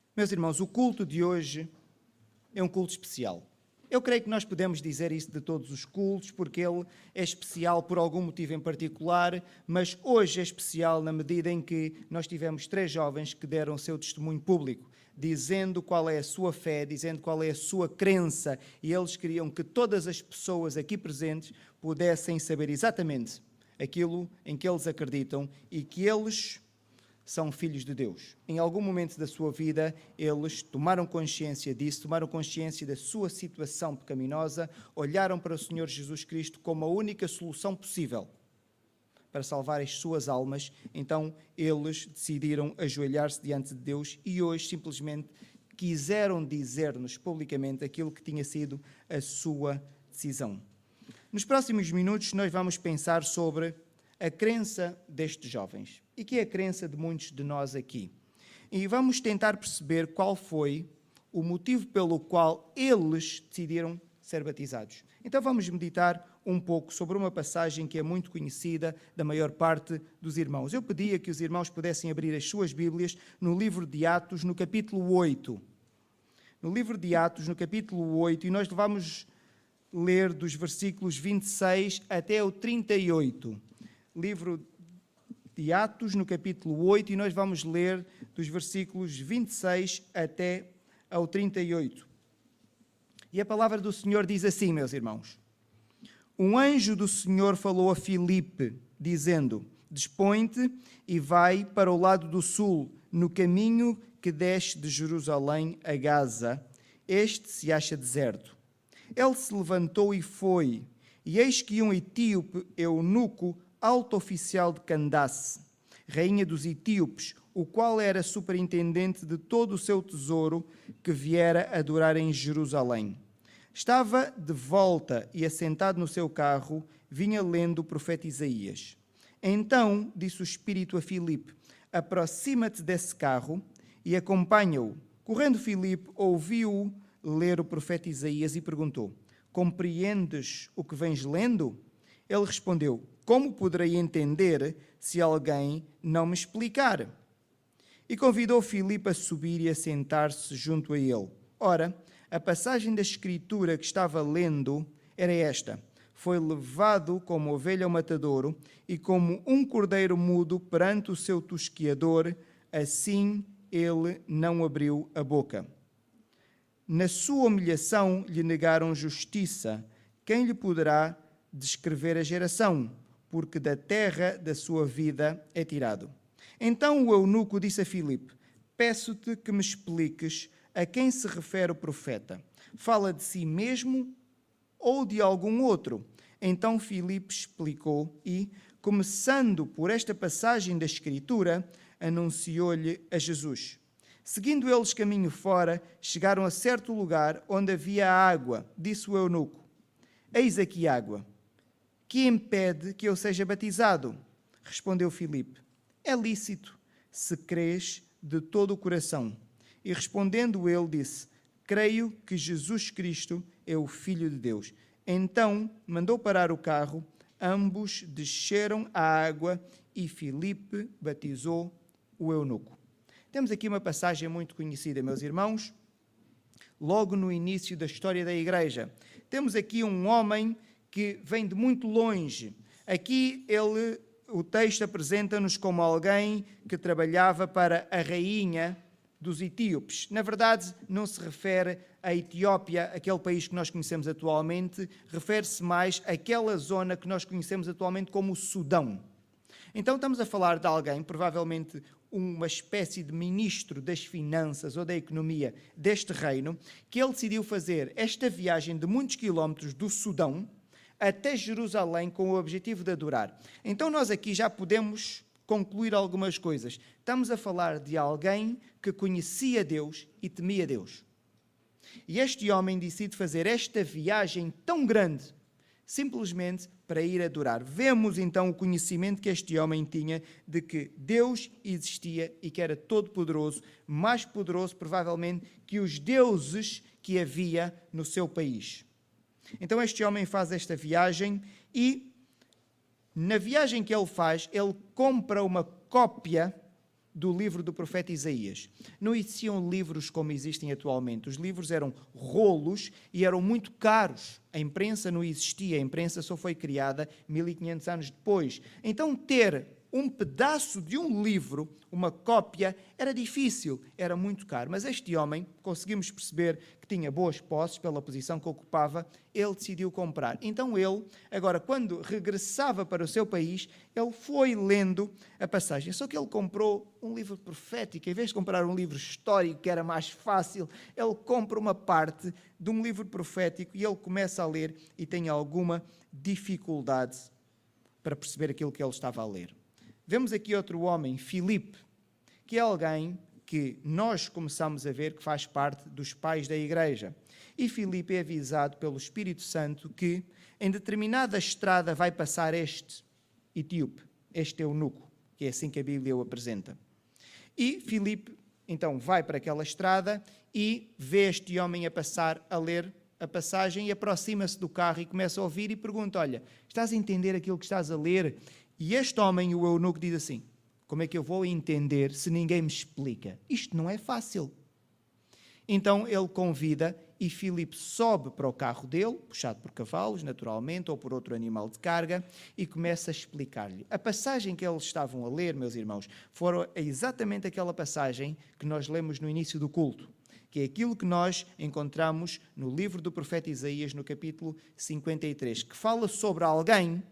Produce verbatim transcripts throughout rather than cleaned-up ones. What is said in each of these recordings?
Meus irmãos, o culto de hoje é um culto especial. Eu creio que nós podemos dizer isso de todos os cultos, porque ele é especial por algum motivo em particular, mas hoje é especial na medida em que nós tivemos três jovens que deram o seu testemunho público, dizendo qual é a sua fé, dizendo qual é a sua crença, e eles queriam que todas as pessoas aqui presentes pudessem saber exatamente aquilo em que eles acreditam e que eles são filhos de Deus. Em algum momento da sua vida, eles tomaram consciência disso, tomaram consciência da sua situação pecaminosa, olharam para o Senhor Jesus Cristo como a única solução possível para salvar as suas almas. Então, eles decidiram ajoelhar-se diante de Deus e hoje simplesmente quiseram dizer-nos publicamente aquilo que tinha sido a sua decisão. Nos próximos minutos, nós vamos pensar sobre a crença destes jovens, e que é a crença de muitos de nós aqui. E vamos tentar perceber qual foi o motivo pelo qual eles decidiram ser batizados. Então vamos meditar um pouco sobre uma passagem que é muito conhecida da maior parte dos irmãos. Eu pedia que os irmãos pudessem abrir as suas Bíblias no livro de Atos, no capítulo oito. No livro de Atos, no capítulo oito, e nós vamos ler dos versículos vinte e seis até o trinta e oito. Livro de Atos, no capítulo oito, e nós vamos ler dos versículos vinte e seis até ao trinta e oito. E a palavra do Senhor diz assim, meus irmãos: Um anjo do Senhor falou a Filipe, dizendo: Dispõe-te e vai para o lado do sul, no caminho que desce de Jerusalém a Gaza. Este se acha deserto. Ele se levantou e foi, e eis que um etíope eunuco, alto oficial de Candace, rainha dos etíopes, o qual era superintendente de todo o seu tesouro, que viera adorar em Jerusalém. Estava de volta e assentado no seu carro, vinha lendo o profeta Isaías. Então disse o Espírito a Filipe: Aproxima-te desse carro e acompanha-o. Correndo Filipe, ouviu-o ler o profeta Isaías e perguntou: Compreendes o que vens lendo? Ele respondeu: Como poderei entender se alguém não me explicar? E convidou Filipe a subir e a sentar-se junto a ele. Ora, a passagem da Escritura que estava lendo era esta: Foi levado como ovelha ao matadouro, e como um cordeiro mudo perante o seu tosquiador, assim ele não abriu a boca. Na sua humilhação lhe negaram justiça. Quem lhe poderá descrever a geração? Porque da terra da sua vida é tirado. Então o eunuco disse a Filipe: Peço-te que me expliques a quem se refere o profeta. Fala de si mesmo ou de algum outro? Então Filipe explicou e, começando por esta passagem da Escritura, anunciou-lhe a Jesus. Seguindo eles caminho fora, chegaram a certo lugar onde havia água. Disse o eunuco: Eis aqui água. Que impede que eu seja batizado? Respondeu Filipe: É lícito, se crês de todo o coração. E respondendo ele, disse: Creio que Jesus Cristo é o Filho de Deus. Então mandou parar o carro, ambos desceram à água e Filipe batizou o eunuco. Temos aqui uma passagem muito conhecida, meus irmãos, logo no início da história da Igreja. Temos aqui um homem que vem de muito longe. Aqui ele, o texto apresenta-nos como alguém que trabalhava para a rainha dos etíopes. Na verdade, não se refere à Etiópia, aquele país que nós conhecemos atualmente, refere-se mais àquela zona que nós conhecemos atualmente como o Sudão. Então estamos a falar de alguém, provavelmente uma espécie de ministro das finanças ou da economia deste reino, que ele decidiu fazer esta viagem de muitos quilómetros do Sudão até Jerusalém com o objetivo de adorar. Então nós aqui já podemos concluir algumas coisas. Estamos a falar de alguém que conhecia Deus e temia Deus. E este homem decide fazer esta viagem tão grande, simplesmente para ir adorar. Vemos então o conhecimento que este homem tinha de que Deus existia e que era todo-poderoso, mais poderoso provavelmente que os deuses que havia no seu país. Então este homem faz esta viagem e, na viagem que ele faz, ele compra uma cópia do livro do profeta Isaías. Não existiam livros como existem atualmente. Os livros eram rolos e eram muito caros. A imprensa não existia, a imprensa só foi criada mil e quinhentos anos depois. Então ter um pedaço de um livro, uma cópia, era difícil, era muito caro. Mas este homem, conseguimos perceber que tinha boas posses pela posição que ocupava, ele decidiu comprar. Então ele, agora, quando regressava para o seu país, ele foi lendo a passagem. Só que ele comprou um livro profético, em vez de comprar um livro histórico, que era mais fácil, ele compra uma parte de um livro profético e ele começa a ler e tem alguma dificuldade para perceber aquilo que ele estava a ler. Vemos aqui outro homem, Filipe, que é alguém que nós começamos a ver que faz parte dos pais da igreja. E Filipe é avisado pelo Espírito Santo que em determinada estrada vai passar este etíope, este eunuco, que é assim que a Bíblia o apresenta. E Filipe, então, vai para aquela estrada e vê este homem a passar, a ler a passagem e aproxima-se do carro e começa a ouvir e pergunta, olha, estás a entender aquilo que estás a ler? E este homem, o eunuco, diz assim, como é que eu vou entender se ninguém me explica? Isto não é fácil. Então ele convida e Filipe sobe para o carro dele, puxado por cavalos, naturalmente, ou por outro animal de carga, e começa a explicar-lhe. A passagem que eles estavam a ler, meus irmãos, foi exatamente aquela passagem que nós lemos no início do culto, que é aquilo que nós encontramos no livro do profeta Isaías, no capítulo cinquenta e três, que fala sobre alguém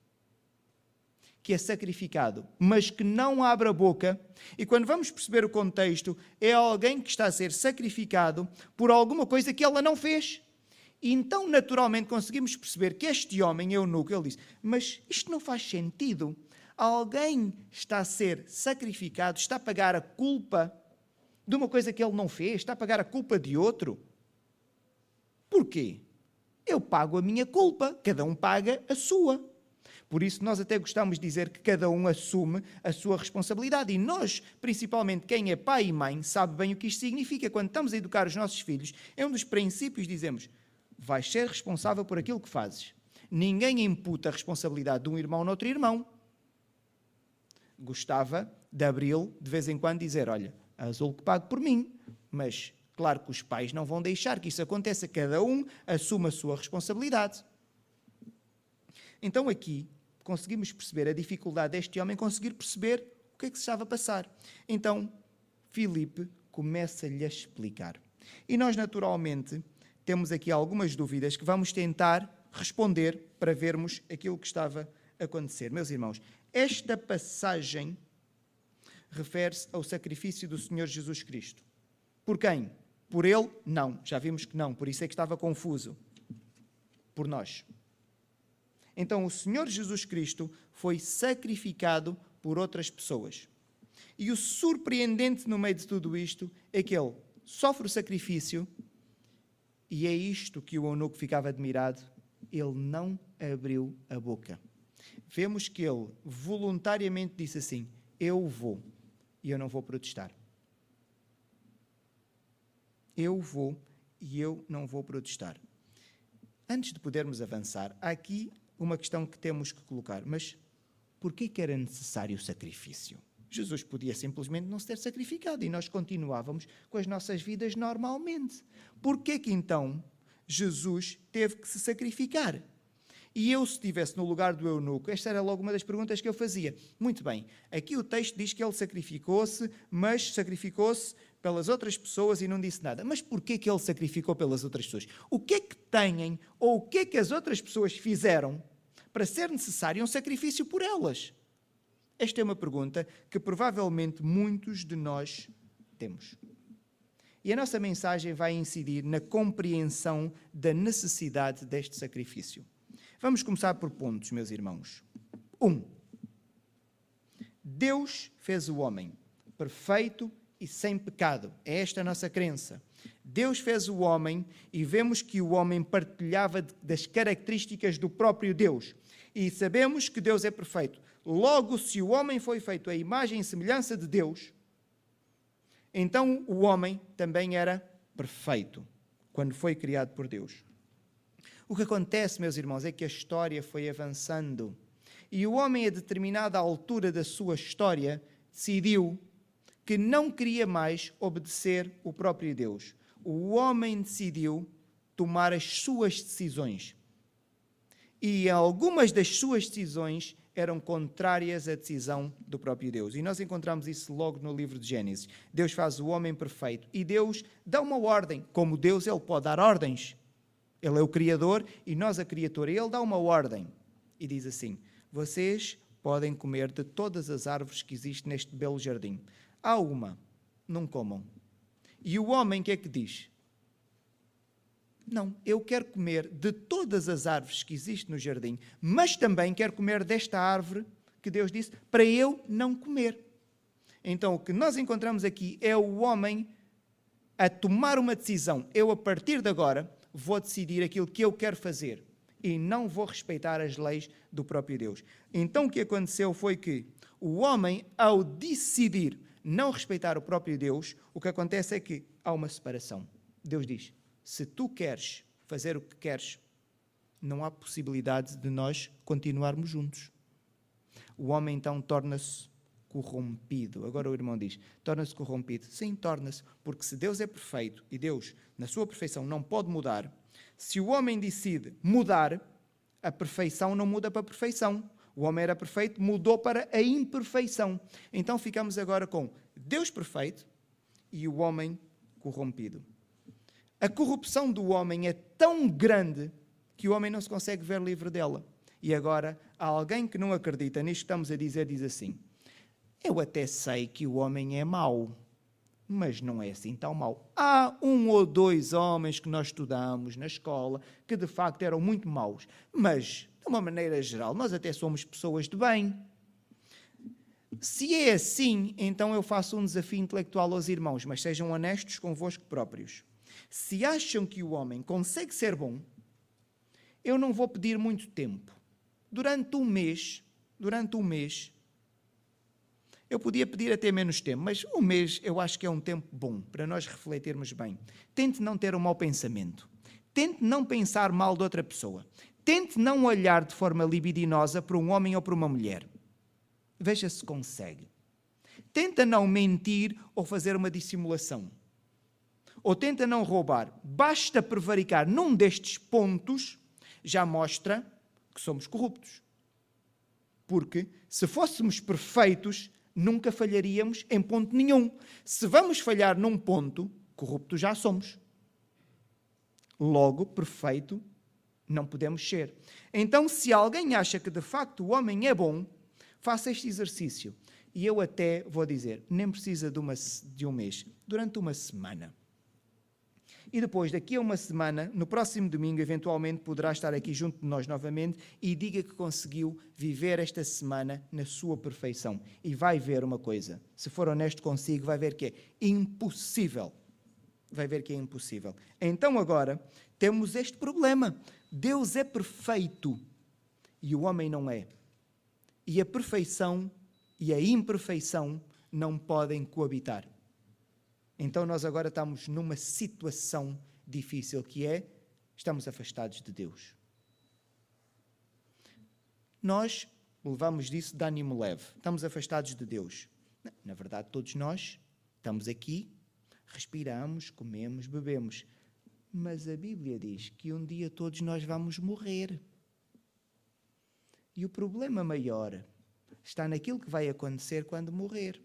que é sacrificado, mas que não abre a boca, e quando vamos perceber o contexto, é alguém que está a ser sacrificado por alguma coisa que ela não fez. E então, naturalmente, conseguimos perceber que este homem, eunuco, ele diz, mas isto não faz sentido. Alguém está a ser sacrificado, está a pagar a culpa de uma coisa que ele não fez, está a pagar a culpa de outro. Porquê? Eu pago a minha culpa, cada um paga a sua. Por isso, nós até gostamos de dizer que cada um assume a sua responsabilidade. E nós, principalmente quem é pai e mãe, sabe bem o que isto significa. Quando estamos a educar os nossos filhos, é um dos princípios, dizemos, vais ser responsável por aquilo que fazes. Ninguém imputa a responsabilidade de um irmão noutro irmão. Gostava de Abril, de vez em quando, dizer, olha, azul que pague por mim. Mas, claro que os pais não vão deixar que isso aconteça. Cada um assume a sua responsabilidade. Então, aqui, conseguimos perceber a dificuldade deste homem conseguir perceber o que é que se estava a passar. Então, Filipe começa-lhe a explicar. E nós, naturalmente, temos aqui algumas dúvidas que vamos tentar responder para vermos aquilo que estava a acontecer. Meus irmãos, esta passagem refere-se ao sacrifício do Senhor Jesus Cristo. Por quem? Por ele? Não. Já vimos que não. Por isso é que estava confuso. Por nós. Então, o Senhor Jesus Cristo foi sacrificado por outras pessoas. E o surpreendente no meio de tudo isto é que ele sofre o sacrifício e é isto que o eunuco ficava admirado. Ele não abriu a boca. Vemos que ele voluntariamente disse assim, eu vou e eu não vou protestar. Eu vou e eu não vou protestar. Antes de podermos avançar, há aqui uma questão que temos que colocar, mas por que era necessário o sacrifício? Jesus podia simplesmente não se ter sacrificado e nós continuávamos com as nossas vidas normalmente. Por que que então Jesus teve que se sacrificar? E eu, se estivesse no lugar do eunuco, esta era logo uma das perguntas que eu fazia. Muito bem, aqui o texto diz que ele sacrificou-se, mas sacrificou-se pelas outras pessoas e não disse nada. Mas porquê que ele sacrificou pelas outras pessoas? O que é que têm, ou o que é que as outras pessoas fizeram para ser necessário um sacrifício por elas? Esta é uma pergunta que provavelmente muitos de nós temos. E a nossa mensagem vai incidir na compreensão da necessidade deste sacrifício. Vamos começar por pontos, meus irmãos. Um, Deus fez o homem perfeito e sem pecado. É esta a nossa crença. Deus fez o homem e vemos que o homem partilhava das características do próprio Deus. E sabemos que Deus é perfeito. Logo, se o homem foi feito à imagem e semelhança de Deus, então o homem também era perfeito quando foi criado por Deus. O que acontece, meus irmãos, é que a história foi avançando. E o homem, a determinada altura da sua história, decidiu que não queria mais obedecer o próprio Deus. O homem decidiu tomar as suas decisões. E algumas das suas decisões eram contrárias à decisão do próprio Deus. E nós encontramos isso logo no livro de Gênesis. Deus faz o homem perfeito e Deus dá uma ordem. Como Deus, Ele pode dar ordens. Ele é o Criador e nós a criatura. Ele dá uma ordem e diz assim: vocês podem comer de todas as árvores que existem neste belo jardim. Há uma, não comam. E o homem o que é que diz? Não, eu quero comer de todas as árvores que existem no jardim, mas também quero comer desta árvore que Deus disse para eu não comer. Então o que nós encontramos aqui é o homem a tomar uma decisão. Eu, a partir de agora, vou decidir aquilo que eu quero fazer e não vou respeitar as leis do próprio Deus. Então o que aconteceu foi que o homem, ao decidir não respeitar o próprio Deus, o que acontece é que há uma separação. Deus diz: se tu queres fazer o que queres, não há possibilidade de nós continuarmos juntos. O homem então torna-se corrompido. Agora o irmão diz: torna-se corrompido. Sim, torna-se, porque se Deus é perfeito e Deus, na sua perfeição, não pode mudar, se o homem decide mudar, a perfeição não muda para a perfeição. O homem era perfeito, mudou para a imperfeição. Então ficamos agora com Deus perfeito e o homem corrompido. A corrupção do homem é tão grande que o homem não se consegue ver livre dela. E agora, há alguém que não acredita nisto que estamos a dizer, diz assim: eu até sei que o homem é mau, mas não é assim tão mau. Há um ou dois homens que nós estudamos na escola que de facto eram muito maus, mas de uma maneira geral nós até somos pessoas de bem. Se é assim, então eu faço um desafio intelectual aos irmãos, mas sejam honestos convosco próprios. Se acham que o homem consegue ser bom, eu não vou pedir muito tempo. Durante um mês, durante um mês, eu podia pedir até menos tempo, mas um mês eu acho que é um tempo bom para nós refletirmos bem. Tente não ter um mau pensamento. Tente não pensar mal de outra pessoa. Tente não olhar de forma libidinosa para um homem ou para uma mulher. Veja se consegue. Tenta não mentir ou fazer uma dissimulação. Ou tenta não roubar. Basta prevaricar num destes pontos, já mostra que somos corruptos. Porque se fôssemos perfeitos, nunca falharíamos em ponto nenhum. Se vamos falhar num ponto, corruptos já somos. Logo, perfeito, não podemos ser. Então, se alguém acha que de facto o homem é bom, faça este exercício. E eu até vou dizer, nem precisa de, uma, de um mês, durante uma semana. E depois, daqui a uma semana, no próximo domingo, eventualmente poderá estar aqui junto de nós novamente e diga que conseguiu viver esta semana na sua perfeição. E vai ver uma coisa, se for honesto consigo, vai ver que é impossível. Vai ver que é impossível. Então agora, temos este problema. Deus é perfeito e o homem não é. E a perfeição e a imperfeição não podem coabitar. Então nós agora estamos numa situação difícil, que é, estamos afastados de Deus. Nós levamos disso de ânimo leve, estamos afastados de Deus. Na verdade, todos nós estamos aqui, respiramos, comemos, bebemos. Mas a Bíblia diz que um dia todos nós vamos morrer. E o problema maior está naquilo que vai acontecer quando morrer.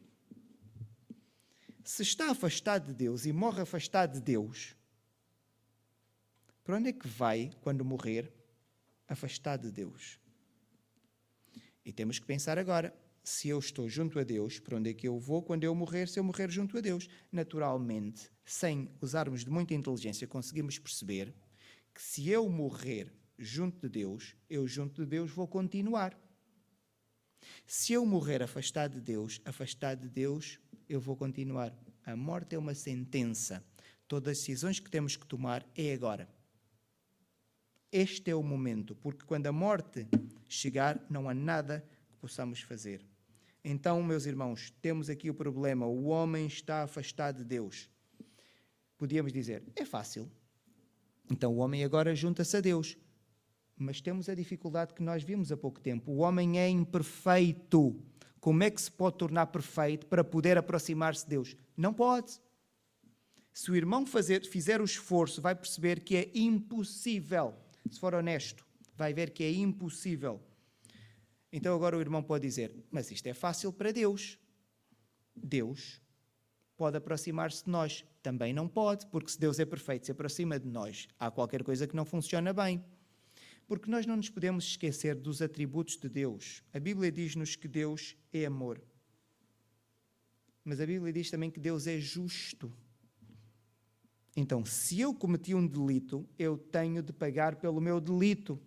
Se está afastado de Deus e morre afastado de Deus, para onde é que vai quando morrer? Afastado de Deus. E temos que pensar agora, se eu estou junto a Deus, para onde é que eu vou quando eu morrer, se eu morrer junto a Deus? Naturalmente, sem usarmos de muita inteligência, conseguimos perceber que se eu morrer junto de Deus, eu junto de Deus vou continuar. Se eu morrer afastado de Deus, afastado de Deus, eu vou continuar. A morte é uma sentença. Todas as decisões que temos que tomar é agora. Este é o momento, porque quando a morte chegar, não há nada que possamos fazer. Então, meus irmãos, temos aqui o problema. O homem está afastado de Deus. Podíamos dizer, é fácil. Então o homem agora junta-se a Deus. Mas temos a dificuldade que nós vimos há pouco tempo. O homem é imperfeito. como é que se pode tornar perfeito para poder aproximar-se de Deus? Não pode. Se o irmão fazer, fizer o esforço, vai perceber que é impossível. Se for honesto, vai ver que é impossível. Então agora o irmão pode dizer, mas isto é fácil para Deus. Deus pode aproximar-se de nós. Também não pode, porque se Deus é perfeito, se aproxima de nós, há qualquer coisa que não funciona bem. Porque nós não nos podemos esquecer dos atributos de Deus. A Bíblia diz-nos que Deus é amor. Mas a Bíblia diz também que Deus é justo. Então, se eu cometi um delito, eu tenho de pagar pelo meu delito.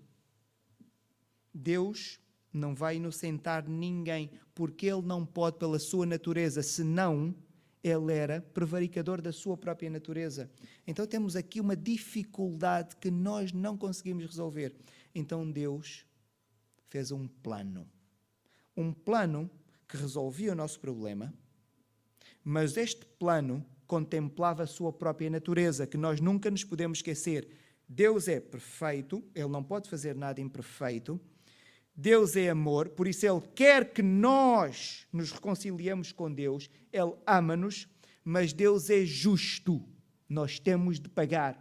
Deus não vai inocentar ninguém, porque Ele não pode pela sua natureza, senão Ele era prevaricador da sua própria natureza. Então temos aqui uma dificuldade que nós não conseguimos resolver. Então Deus fez um plano. Um plano que resolvia o nosso problema, mas este plano contemplava a sua própria natureza, que nós nunca nos podemos esquecer. Deus é perfeito, Ele não pode fazer nada imperfeito. Deus é amor, por isso Ele quer que nós nos reconciliemos com Deus. Ele ama-nos, mas Deus é justo. Nós temos de pagar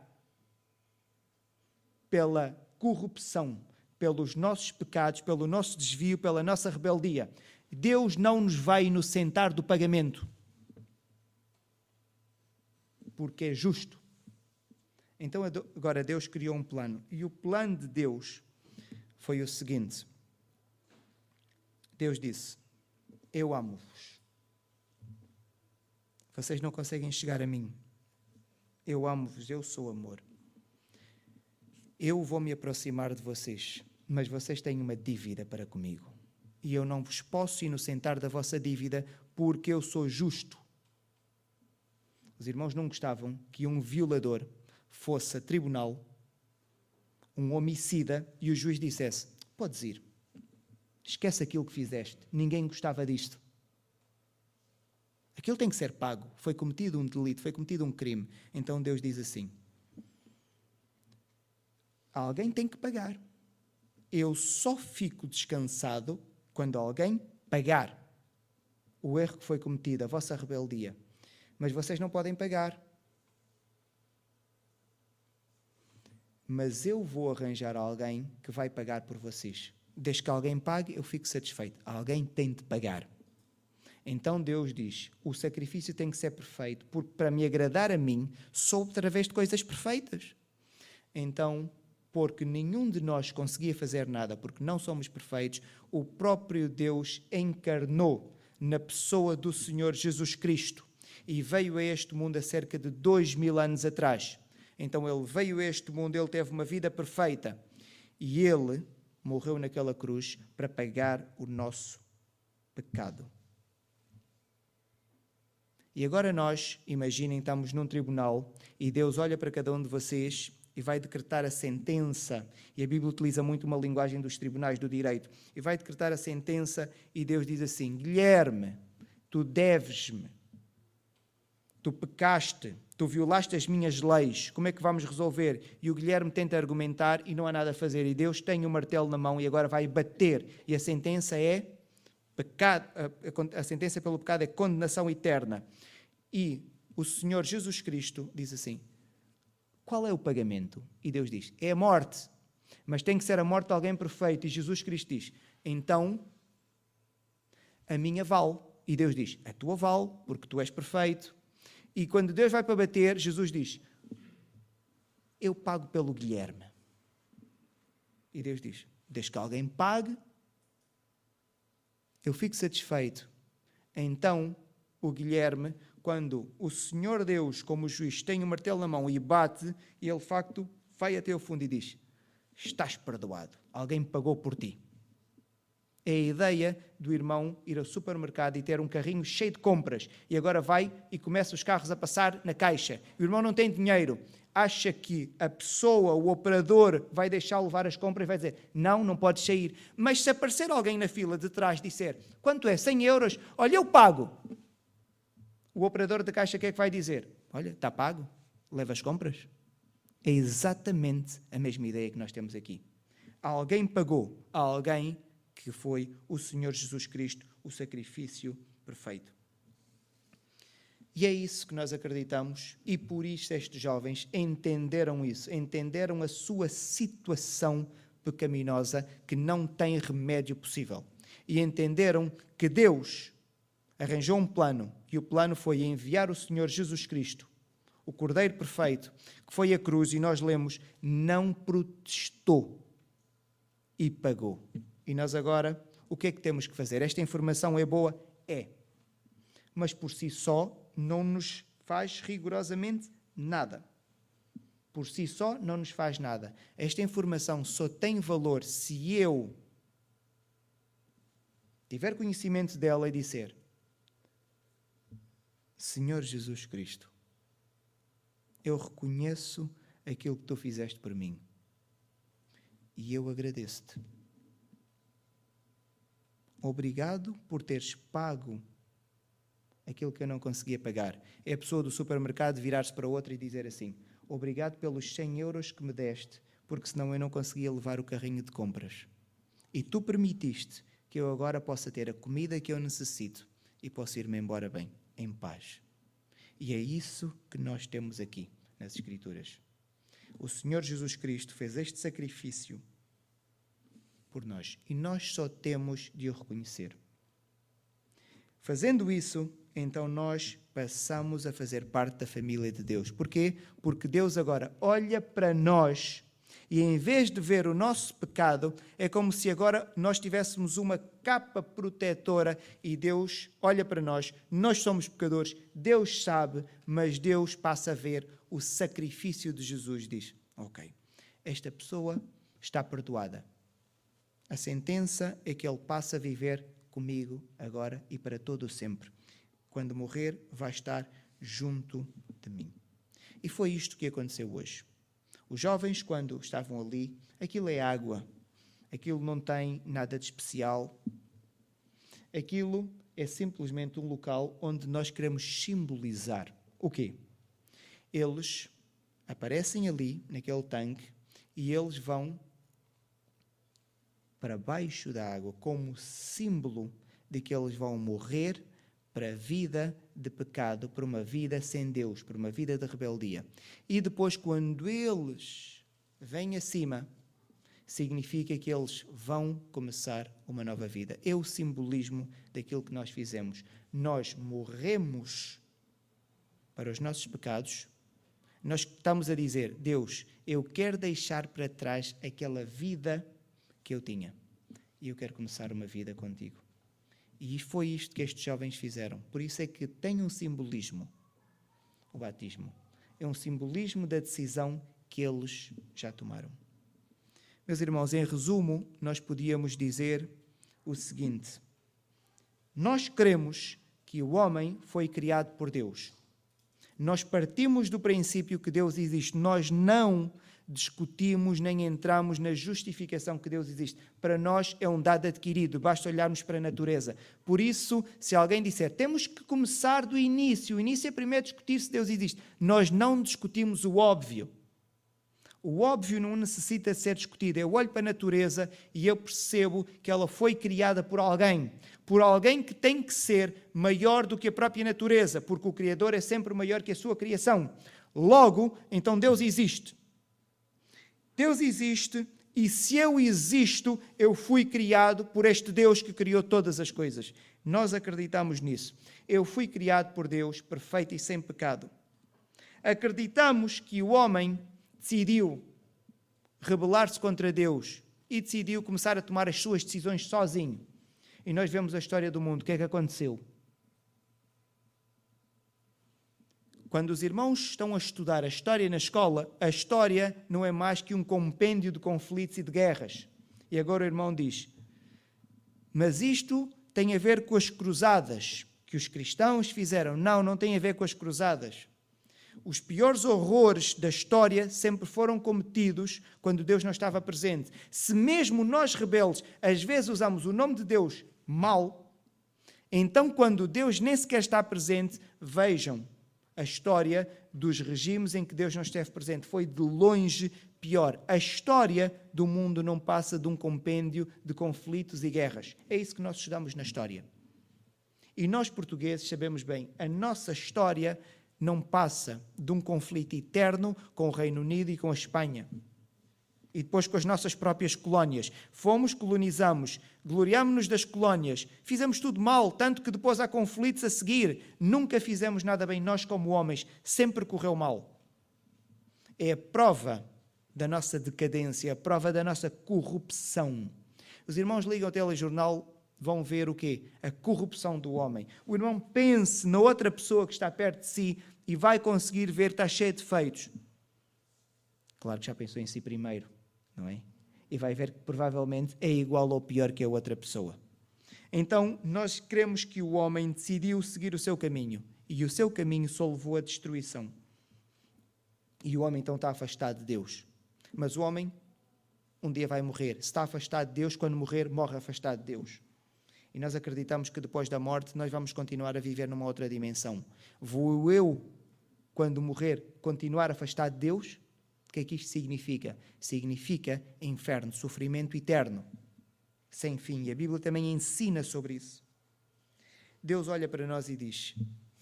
pela corrupção, pelos nossos pecados, pelo nosso desvio, pela nossa rebeldia. Deus não nos vai inocentar do pagamento, porque é justo. Então agora Deus criou um plano, e o plano de Deus foi o seguinte. Deus disse, eu amo-vos. Vocês não conseguem chegar a mim. Eu amo-vos, eu sou amor. Eu vou me aproximar de vocês, mas vocês têm uma dívida para comigo. E eu não vos posso inocentar da vossa dívida, porque eu sou justo. Os irmãos não gostavam que um violador fosse a tribunal, um homicida, e o juiz dissesse, podes ir. Esquece aquilo que fizeste. Ninguém gostava disto. Aquilo tem que ser pago. Foi cometido um delito, foi cometido um crime. Então Deus diz assim, alguém tem que pagar. Eu só fico descansado quando alguém pagar o erro que foi cometido, a vossa rebeldia. Mas vocês não podem pagar. Mas eu vou arranjar alguém que vai pagar por vocês. Desde que alguém pague, eu fico satisfeito. Alguém tem de pagar. Então Deus diz, o sacrifício tem que ser perfeito, porque para me agradar a mim, sou através de coisas perfeitas. Então, porque nenhum de nós conseguia fazer nada, porque não somos perfeitos, o próprio Deus encarnou na pessoa do Senhor Jesus Cristo e veio a este mundo há cerca de dois mil anos atrás. Então Ele veio a este mundo, Ele teve uma vida perfeita e Ele morreu naquela cruz para pagar o nosso pecado. E agora nós, imaginem, estamos num tribunal e Deus olha para cada um de vocês e vai decretar a sentença. E a Bíblia utiliza muito uma linguagem dos tribunais do direito. E vai decretar a sentença e Deus diz assim, Guilherme, tu deves-me, tu pecaste, tu violaste as minhas leis, como é que vamos resolver? E o Guilherme tenta argumentar e não há nada a fazer. E Deus tem o martelo na mão e agora vai bater. E a sentença é, pecado, a, a, a sentença pelo pecado é condenação eterna. E o Senhor Jesus Cristo diz assim, qual é o pagamento? E Deus diz, é a morte. Mas tem que ser a morte de alguém perfeito. E Jesus Cristo diz, então, a minha vale. E Deus diz, a tua vale, porque tu és perfeito. E quando Deus vai para bater, Jesus diz, eu pago pelo Guilherme. E Deus diz, desde que alguém pague, eu fico satisfeito. Então, o Guilherme, quando o Senhor Deus, como juiz, tem o martelo na mão e bate, ele, de facto, vai até o fundo e diz, estás perdoado, alguém pagou por ti. É a ideia do irmão ir ao supermercado e ter um carrinho cheio de compras e agora vai e começa os carros a passar na caixa. O irmão não tem dinheiro. Acha que a pessoa, o operador, vai deixar levar as compras e vai dizer, não, não podes sair. Mas se aparecer alguém na fila de trás e disser, quanto é? cem euros? Olha, eu pago. O operador da caixa o que é que vai dizer? Olha, está pago, leva as compras. É exatamente a mesma ideia que nós temos aqui. Alguém pagou, alguém que foi o Senhor Jesus Cristo, o sacrifício perfeito. E é isso que nós acreditamos, e por isso estes jovens entenderam isso, entenderam a sua situação pecaminosa que não tem remédio possível. E entenderam que Deus arranjou um plano, e o plano foi enviar o Senhor Jesus Cristo, o Cordeiro Perfeito, que foi à cruz, e nós lemos, não protestou e pagou. E nós agora, o que é que temos que fazer? Esta informação é boa? É. Mas por si só não nos faz rigorosamente nada. Por si só não nos faz nada. Esta informação só tem valor se eu tiver conhecimento dela e disser: Senhor Jesus Cristo, eu reconheço aquilo que tu fizeste por mim e eu agradeço-te. Obrigado por teres pago aquilo que eu não conseguia pagar. É a pessoa do supermercado virar-se para outra e dizer assim: obrigado pelos cem euros que me deste, porque senão eu não conseguia levar o carrinho de compras. E tu permitiste que eu agora possa ter a comida que eu necessito e possa ir-me embora bem, em paz. E é isso que nós temos aqui nas Escrituras. O Senhor Jesus Cristo fez este sacrifício por nós e nós só temos de o reconhecer. Fazendo isso, então nós passamos a fazer parte da família de Deus. Porquê? Porque Deus agora olha para nós e em vez de ver o nosso pecado, é como se agora nós tivéssemos uma capa protetora e Deus olha para nós. Nós somos pecadores, Deus sabe, mas Deus passa a ver o sacrifício de Jesus. Diz: ok, esta pessoa está perdoada. A sentença é que ele passa a viver comigo agora e para todo o sempre. Quando morrer, vai estar junto de mim. E foi isto que aconteceu hoje. Os jovens, quando estavam ali, aquilo é água, aquilo não tem nada de especial, aquilo é simplesmente um local onde nós queremos simbolizar. O quê? Eles aparecem ali, naquele tanque, e eles vão para baixo da água, como símbolo de que eles vão morrer para a vida de pecado, para uma vida sem Deus, para uma vida de rebeldia. E depois, quando eles vêm acima, significa que eles vão começar uma nova vida. É o simbolismo daquilo que nós fizemos. Nós morremos para os nossos pecados. Nós estamos a dizer: Deus, eu quero deixar para trás aquela vida que eu tinha e eu quero começar uma vida contigo. E foi isto que estes jovens fizeram. Por isso é que tem um simbolismo. O batismo é um simbolismo da decisão que eles já tomaram. Meus irmãos, em resumo, nós podíamos dizer o seguinte: nós cremos que o homem foi criado por Deus. Nós partimos do princípio que Deus existe. Nós não discutimos nem entramos na justificação que Deus existe. Para nós é um dado adquirido, basta olharmos para a natureza. Por isso, se alguém disser, temos que começar do início, o início é primeiro discutir se Deus existe. Nós não discutimos o óbvio. O óbvio não necessita ser discutido. Eu olho para a natureza e eu percebo que ela foi criada por alguém. Por alguém que tem que ser maior do que a própria natureza, porque o Criador é sempre maior que a sua criação. Logo, então Deus existe. Deus existe e se eu existo, eu fui criado por este Deus que criou todas as coisas. Nós acreditamos nisso. Eu fui criado por Deus, perfeito e sem pecado. Acreditamos que o homem decidiu rebelar-se contra Deus e decidiu começar a tomar as suas decisões sozinho. E nós vemos a história do mundo. O que é que aconteceu? Quando os irmãos estão a estudar a história na escola, a história não é mais que um compêndio de conflitos e de guerras. E agora o irmão diz, mas isto tem a ver com as cruzadas que os cristãos fizeram. Não, não tem a ver com as cruzadas. Os piores horrores da história sempre foram cometidos quando Deus não estava presente. Se mesmo nós rebeldes, às vezes usamos o nome de Deus mal, então quando Deus nem sequer está presente, vejam a história dos regimes em que Deus não esteve presente. Foi de longe pior. A história do mundo não passa de um compêndio de conflitos e guerras. É isso que nós estudamos na história. E nós portugueses sabemos bem, a nossa história não passa de um conflito eterno com o Reino Unido e com a Espanha. E depois com as nossas próprias colónias. Fomos, colonizamos, gloriámos-nos das colónias, fizemos tudo mal, tanto que depois há conflitos a seguir. Nunca fizemos nada bem nós como homens, sempre correu mal. É a prova da nossa decadência, a prova da nossa corrupção. Os irmãos ligam ao telejornal, vão ver o quê? A corrupção do homem. O irmão pense na outra pessoa que está perto de si e vai conseguir ver que está cheio de defeitos. Claro que já pensou em si primeiro, não é? E vai ver que provavelmente é igual ou pior que a outra pessoa. Então, nós queremos que o homem decidiu seguir o seu caminho. E o seu caminho só levou à destruição. E o homem então está afastado de Deus. Mas o homem um dia vai morrer. Se está afastado de Deus, quando morrer, morre afastado de Deus. E nós acreditamos que depois da morte nós vamos continuar a viver numa outra dimensão. Vou eu, quando morrer, continuar afastado de Deus? O que é que isto significa? Significa inferno, sofrimento eterno, sem fim. E a Bíblia também ensina sobre isso. Deus olha para nós e diz: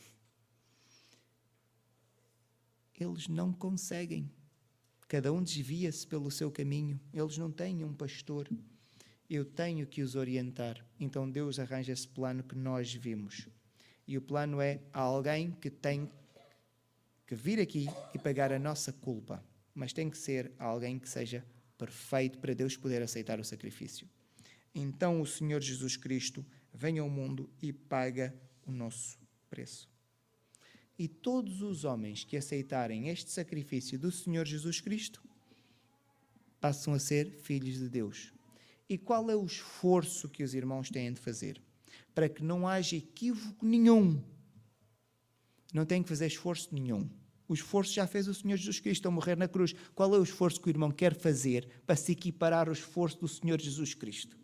eles não conseguem. Cada um desvia-se pelo seu caminho. Eles não têm um pastor. Eu tenho que os orientar. Então Deus arranja esse plano que nós vimos. E o plano é alguém que tem que vir aqui e pagar a nossa culpa. Mas tem que ser alguém que seja perfeito para Deus poder aceitar o sacrifício. Então o Senhor Jesus Cristo vem ao mundo e paga o nosso preço. E todos os homens que aceitarem este sacrifício do Senhor Jesus Cristo passam a ser filhos de Deus. E qual é o esforço que os irmãos têm de fazer? Para que não haja equívoco nenhum. Não têm que fazer esforço nenhum. O esforço já fez o Senhor Jesus Cristo a morrer na cruz. Qual é o esforço que o irmão quer fazer para se equiparar ao esforço do Senhor Jesus Cristo?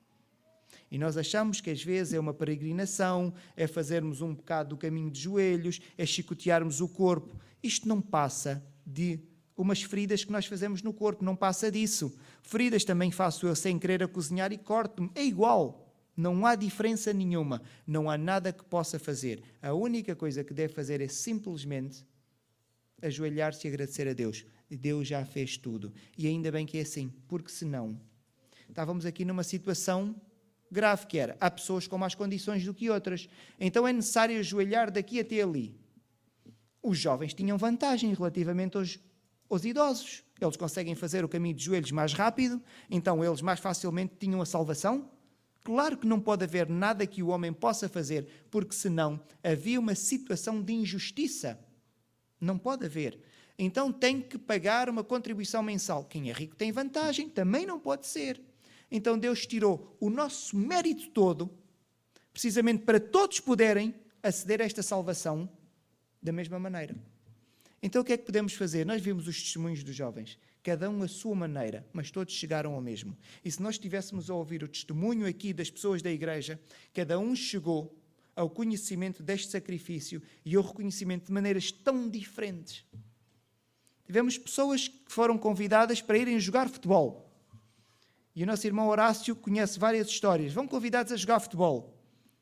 E nós achamos que às vezes é uma peregrinação, é fazermos um bocado do caminho de joelhos, é chicotearmos o corpo. Isto não passa de umas feridas que nós fazemos no corpo, não passa disso. Feridas também faço eu sem querer a cozinhar e corto-me. É igual. Não há diferença nenhuma. Não há nada que possa fazer. A única coisa que deve fazer é simplesmente ajoelhar-se e agradecer a Deus. Deus já fez tudo. E ainda bem que é assim, porque senão estávamos aqui numa situação grave que era, há pessoas com mais condições do que outras. Então é necessário ajoelhar daqui até ali. Os jovens tinham vantagem relativamente aos, aos idosos. Eles conseguem fazer o caminho de joelhos mais rápido, então eles mais facilmente tinham a salvação. Claro que não pode haver nada que o homem possa fazer, porque senão havia uma situação de injustiça. Não pode haver. Então tem que pagar uma contribuição mensal. Quem é rico tem vantagem, também não pode ser. Então Deus tirou o nosso mérito todo, precisamente para todos poderem aceder a esta salvação da mesma maneira. Então o que é que podemos fazer? Nós vimos os testemunhos dos jovens, cada um a sua maneira, mas todos chegaram ao mesmo. E se nós estivéssemos a ouvir o testemunho aqui das pessoas da igreja, cada um chegou ao conhecimento deste sacrifício e ao reconhecimento de maneiras tão diferentes. Tivemos pessoas que foram convidadas para irem jogar futebol. E o nosso irmão Horácio conhece várias histórias. Vão convidados a jogar futebol.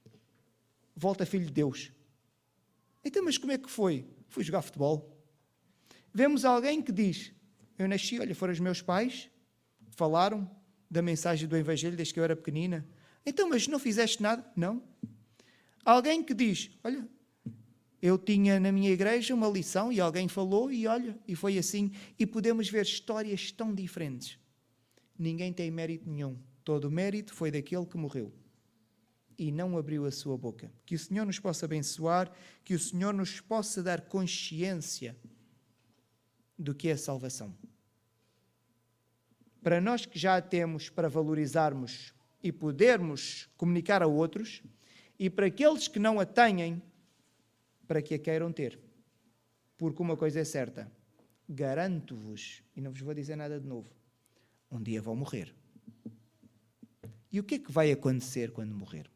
Volta filho de Deus. Então, mas como é que foi? Fui jogar futebol. Vemos alguém que diz, eu nasci, olha, foram os meus pais, falaram da mensagem do Evangelho desde que eu era pequenina. Então, mas não fizeste nada? Não. Alguém que diz, olha, eu tinha na minha igreja uma lição e alguém falou e olha, e foi assim. E podemos ver histórias tão diferentes. Ninguém tem mérito nenhum. Todo o mérito foi daquele que morreu e não abriu a sua boca. Que o Senhor nos possa abençoar, que o Senhor nos possa dar consciência do que é a salvação. Para nós que já a temos, para valorizarmos e podermos comunicar a outros, e para aqueles que não a têm, para que a queiram ter. Porque uma coisa é certa, garanto-vos, e não vos vou dizer nada de novo, um dia vão morrer. E o que é que vai acontecer quando morrermos?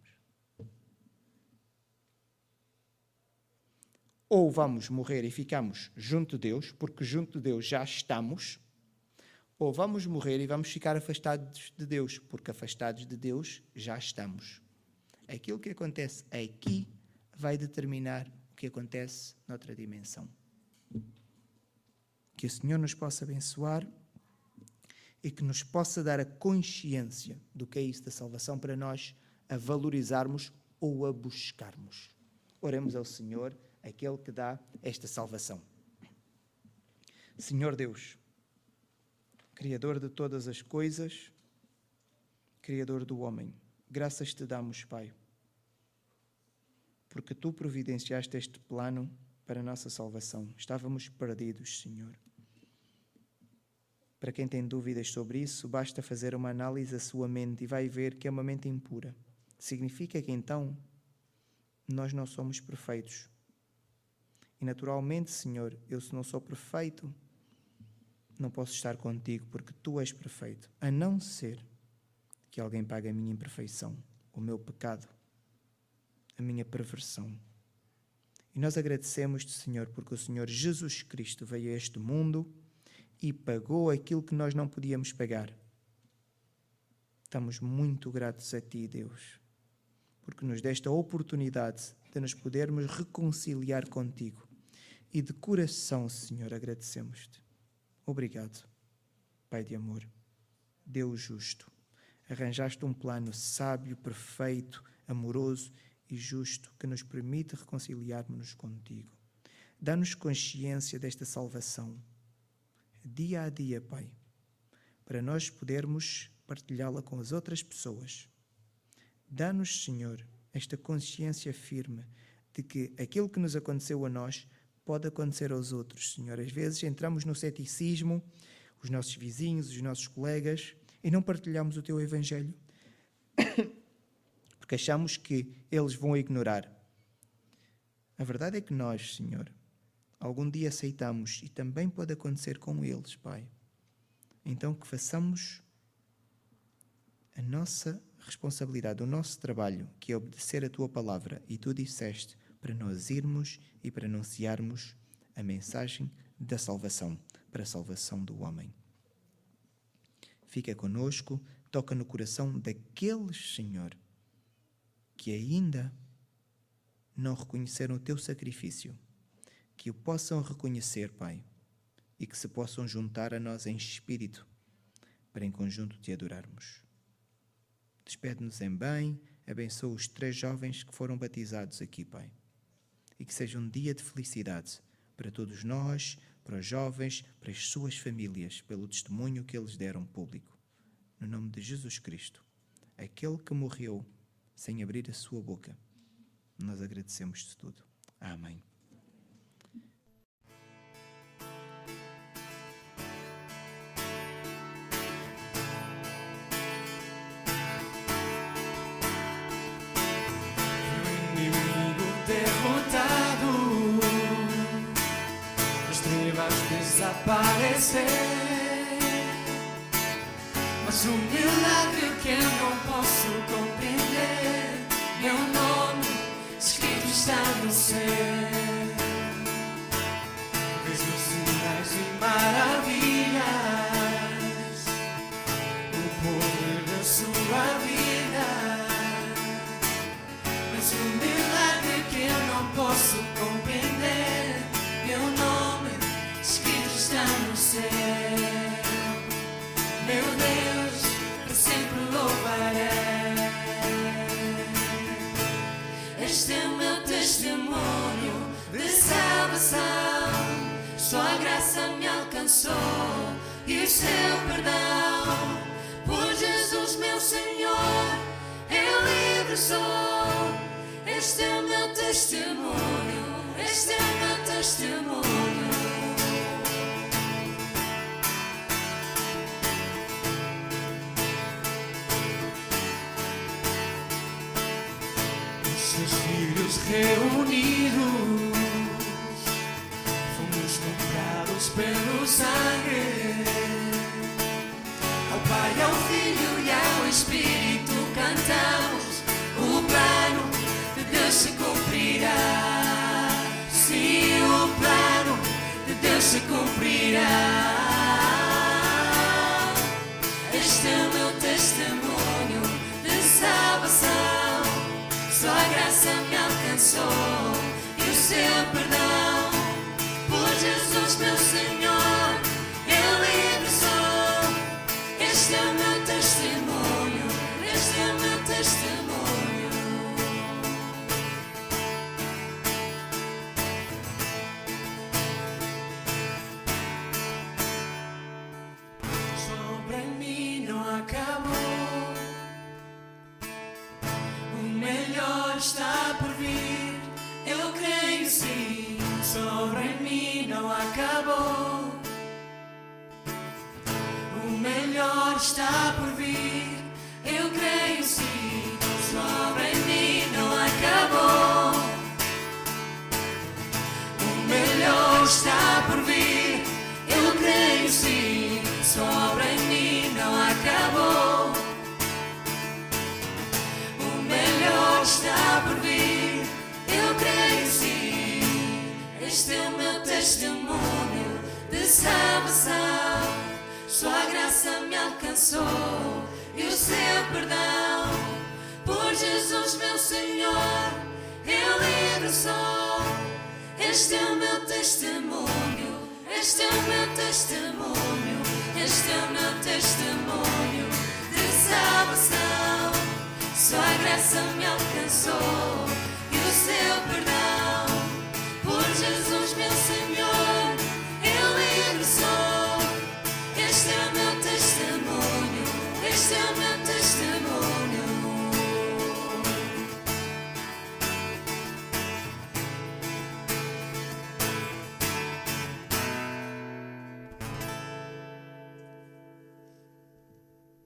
Ou vamos morrer e ficamos junto de Deus, porque junto de Deus já estamos, ou vamos morrer e vamos ficar afastados de Deus, porque afastados de Deus já estamos. Aquilo que acontece aqui vai determinar o que acontece noutra dimensão. Que o Senhor nos possa abençoar e que nos possa dar a consciência do que é isso da salvação para nós a valorizarmos ou a buscarmos. Oremos ao Senhor, aquele que dá esta salvação. Senhor Deus, Criador de todas as coisas, Criador do homem, graças te damos, Pai, porque tu providenciaste este plano para a nossa salvação. Estávamos perdidos, Senhor. Para quem tem dúvidas sobre isso, basta fazer uma análise da sua mente e vai ver que é uma mente impura. Significa que então nós não somos perfeitos. E naturalmente, Senhor, eu se não sou perfeito, não posso estar contigo porque tu és perfeito. A não ser que alguém pague a minha imperfeição, o meu pecado, a minha perversão. E nós agradecemos-te, Senhor, porque o Senhor Jesus Cristo veio a este mundo e pagou aquilo que nós não podíamos pagar. Estamos muito gratos a ti, Deus, porque nos deste a oportunidade de nos podermos reconciliar contigo. E de coração, Senhor, agradecemos-te. Obrigado, Pai de amor, Deus justo. Arranjaste um plano sábio, perfeito, amoroso e justo que nos permite reconciliarmos-nos contigo. Dá-nos consciência desta salvação, dia a dia, Pai, para nós podermos partilhá-la com as outras pessoas. Dá-nos, Senhor, esta consciência firme de que aquilo que nos aconteceu a nós pode acontecer aos outros, Senhor. Às vezes entramos no ceticismo, os nossos vizinhos, os nossos colegas, e não partilhamos o teu Evangelho, porque achamos que eles vão ignorar. A verdade é que nós, Senhor, algum dia aceitamos, e também pode acontecer com eles, Pai. Então que façamos a nossa responsabilidade, o nosso trabalho, que é obedecer a tua palavra, e tu disseste para nós irmos e para anunciarmos a mensagem da salvação, para a salvação do homem. Fica conosco, toca no coração daqueles, Senhor, que ainda não reconheceram o teu sacrifício, que o possam reconhecer, Pai, e que se possam juntar a nós em espírito, para em conjunto te adorarmos. Despede-nos em bem, abençoa os três jovens que foram batizados aqui, Pai, e que seja um dia de felicidade para todos nós, para os jovens, para as suas famílias, pelo testemunho que eles deram público. No nome de Jesus Cristo, aquele que morreu sem abrir a sua boca, nós agradecemos-te tudo. Amém. Desaparecer, mas um milagre que eu não posso compreender. Meu nome escrito está no céu. Vês os sinais e maravilhas, o poder da sua vida. Mas um milagre que eu não posso compreender. Meu nome está no céu, meu Deus, para sempre louvarei. Este é o meu testemunho de salvação. Sua graça me alcançou e o seu perdão. Por Jesus, meu Senhor, eu livre sou. Este é o meu testemunho, este é o meu testemunho. Reunidos, fomos comprados pelo sangue. Ao Pai, ao Filho e ao Espírito cantamos. O plano de Deus se cumprirá. Sim, o plano de Deus se cumprirá. Este é o meu testemunho de salvação. alcançou e o seu perdão. Por Jesus, meu Senhor, eu livre sou. Este é o meu testemunho, este é o meu testemunho. Sobre mim não acabou, o melhor está por vir, eu creio sim. Sobre mim não acabou, o melhor está por vir, eu creio sim. Sobre mim não acabou, o melhor está por vir, eu creio sim. Sobre mim não acabou, o melhor está por vir, eu creio sim. Este é o meu testemunho de salvação. Sua graça me alcançou e o seu perdão. Por Jesus, meu Senhor, eu livre sou. Este é o meu testemunho, este é o meu testemunho, este é o meu testemunho de salvação. Sua graça me alcançou